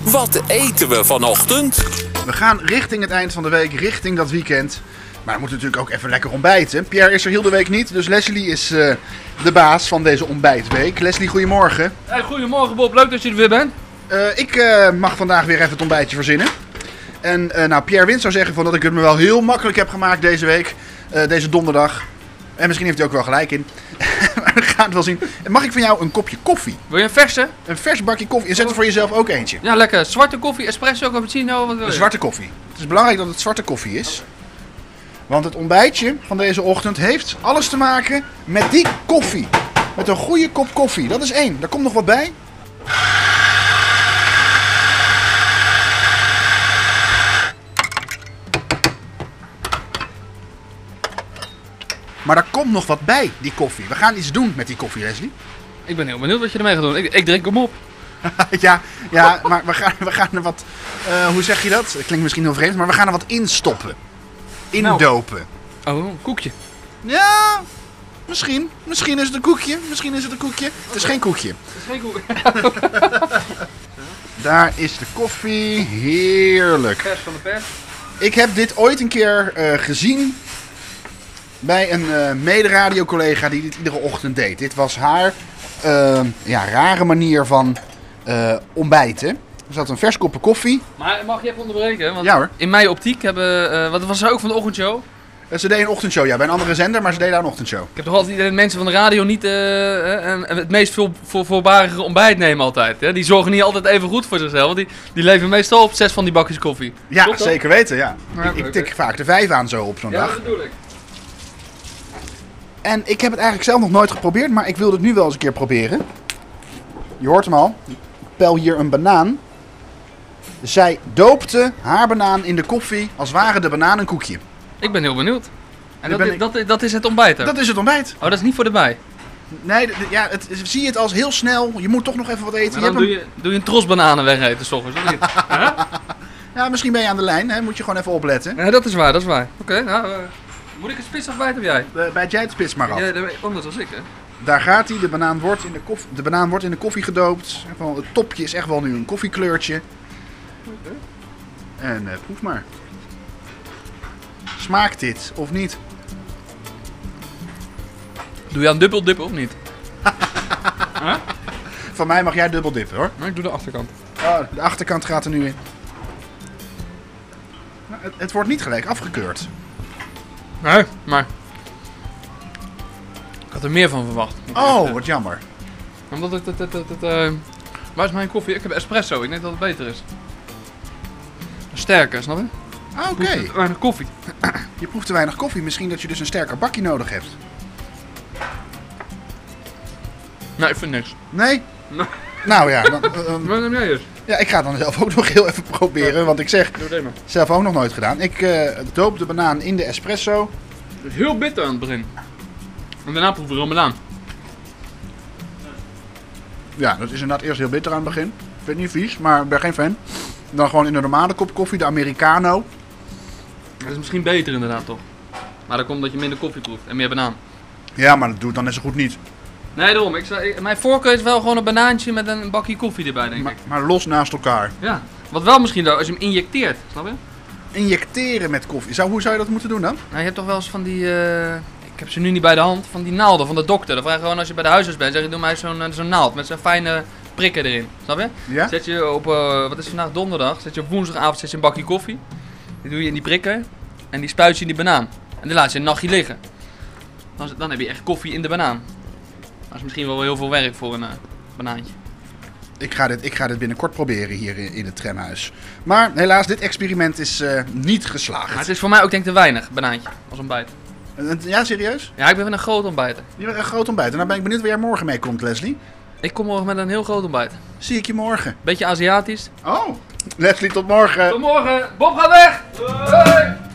Wat eten we vanochtend? We gaan richting het eind van de week, richting dat weekend. Maar we moeten natuurlijk ook even lekker ontbijten. Pierre is er heel de week niet, dus Leslie is de baas van deze ontbijtweek. Leslie, goedemorgen. Hey, goedemorgen Bob, leuk dat je er weer bent. Ik mag vandaag weer even het ontbijtje verzinnen. En Pierre Wint zou zeggen van dat ik het me wel heel makkelijk heb gemaakt deze week. Deze donderdag. En misschien heeft hij ook wel gelijk in. Maar we gaan het wel zien. Mag ik van jou een kopje koffie? Wil je een verse? Een vers bakje koffie. En zet er voor jezelf ook eentje. Ja, lekker. Zwarte koffie, espresso, cappuccino, wat wil je? Zwarte koffie. Het is belangrijk dat het zwarte koffie is. Want het ontbijtje van deze ochtend heeft alles te maken met die koffie. Met een goede kop koffie. Dat is één. Daar komt nog wat bij. Maar daar komt nog wat bij, die koffie. We gaan iets doen met die koffie, Leslie. Ik ben heel benieuwd wat je ermee gaat doen. Ik drink hem op. ja, maar we gaan er wat... hoe zeg je dat? Dat klinkt misschien heel vreemd, maar we gaan er wat instoppen. Indopen. Oh, een koekje. Ja, misschien. Misschien is het een koekje. Misschien is het een koekje. Het is geen koekje. Het is geen koekje. Daar is de koffie. Heerlijk. Vers van de pers. Ik heb dit ooit een keer gezien bij een mede-radiocollega die dit iedere ochtend deed. Dit was haar rare manier van ontbijten. Er zat een vers kopje koffie. Maar mag je even onderbreken? Want Ja hoor. in mijn optiek hebben... wat was er ook van de ochtendshow? Ze deden een ochtendshow, ja, bij een andere zender, maar ze deden daar een ochtendshow. Ik heb toch altijd idee dat mensen van de radio niet het meest voorbarige ontbijt nemen altijd. Hè? Die zorgen niet altijd even goed voor zichzelf. Want die leven meestal op 6 van die bakjes koffie. Ja, Klopt dat? zeker weten, ja. Ja, Ik tik vaak de 5 aan zo op zo'n Ja, dag. dat bedoel ik. En ik heb het eigenlijk zelf nog nooit geprobeerd, maar ik wilde het nu wel eens een keer proberen. Je hoort hem al. Ik pel hier een banaan. Zij doopte haar banaan in de koffie als ware de banaan een koekje. Ik ben heel benieuwd. En Nu ben dat is het ontbijt ook? Dat is het ontbijt. Oh, dat is niet voor de bij. Nee, zie je het als heel snel. Je moet toch nog even wat eten. Maar dan doe je een tros bananen wegeten 's ochtends, of niet? Huh? Ja, misschien ben je aan de lijn. Hè? Moet je gewoon even opletten. Ja, dat is waar, dat is waar. Oké, nou, moet ik het spits afbijten of jij? Bijt jij het spits maar af. Ja, anders als ik, hè. Daar gaat hij. De banaan wordt in de koffie gedoopt. Het topje is echt wel nu een koffiekleurtje. En proef maar. Smaakt dit of niet? Doe je aan dubbel dippen of niet? Van mij mag jij dubbel dippen hoor. Maar ik doe de achterkant. Oh, de achterkant gaat er nu in. Nou, het wordt niet gelijk afgekeurd. Nee, maar... Ik had er meer van verwacht. Oh, wat jammer. Omdat waar is mijn koffie? Ik heb espresso, ik denk dat het beter is. Sterker, snap je? Ah, oké. Weinig koffie. Je proeft te weinig koffie. Misschien dat je dus een sterker bakje nodig hebt. Nee, ik vind niks. Nee? Nee. Nou ja, Wat neem jij eens? ja, ik ga het dan zelf ook nog heel even proberen. Want ik zeg, Doe het maar. zelf ook nog nooit gedaan. Ik doop de banaan in de espresso. Het is heel bitter aan het begin. En daarna proef ik er een banaan. Ja, dat is inderdaad eerst heel bitter aan het begin. Ik vind het niet vies, maar ik ben geen fan. Dan gewoon in een normale kop koffie, de Americano. Dat is misschien beter inderdaad toch. Maar dat komt omdat je minder koffie proeft en meer banaan. Ja, maar dat doet dan net zo goed niet. Nee, daarom. Mijn voorkeur is wel gewoon een banaantje met een bakje koffie erbij, denk ik. Maar los naast elkaar. Ja. Wat wel misschien als je hem injecteert, snap je? Injecteren met koffie. Hoe zou je dat moeten doen dan? Nou, je hebt toch wel eens van die, ik heb ze nu niet bij de hand, van die naalden van de dokter. Dan vraag je gewoon als je bij de huisarts bent, zeg je doe mij zo'n naald met zo'n fijne prikken erin. Snap je? Ja? Zet je op, wat is vandaag donderdag, zet je op woensdagavond een bakje koffie. Die doe je in die prikken en die spuit je in die banaan. En die laat je een nachtje liggen. Dan heb je echt koffie in de banaan. Dat is misschien wel heel veel werk voor een banaantje. Ik ga dit binnenkort proberen hier in het tramhuis. Maar helaas, dit experiment is niet geslaagd. Maar het is voor mij ook denk ik te weinig, banaantje, als ontbijt. Ja, serieus? Ja, ik ben een groot ontbijter. Je bent een groot ontbijt. En dan ben ik benieuwd waar jij morgen mee komt, Leslie. Ik kom morgen met een heel groot ontbijt. Zie ik je morgen. Beetje Aziatisch. Oh, Leslie, tot morgen. Tot morgen. Bob gaat weg. Hey.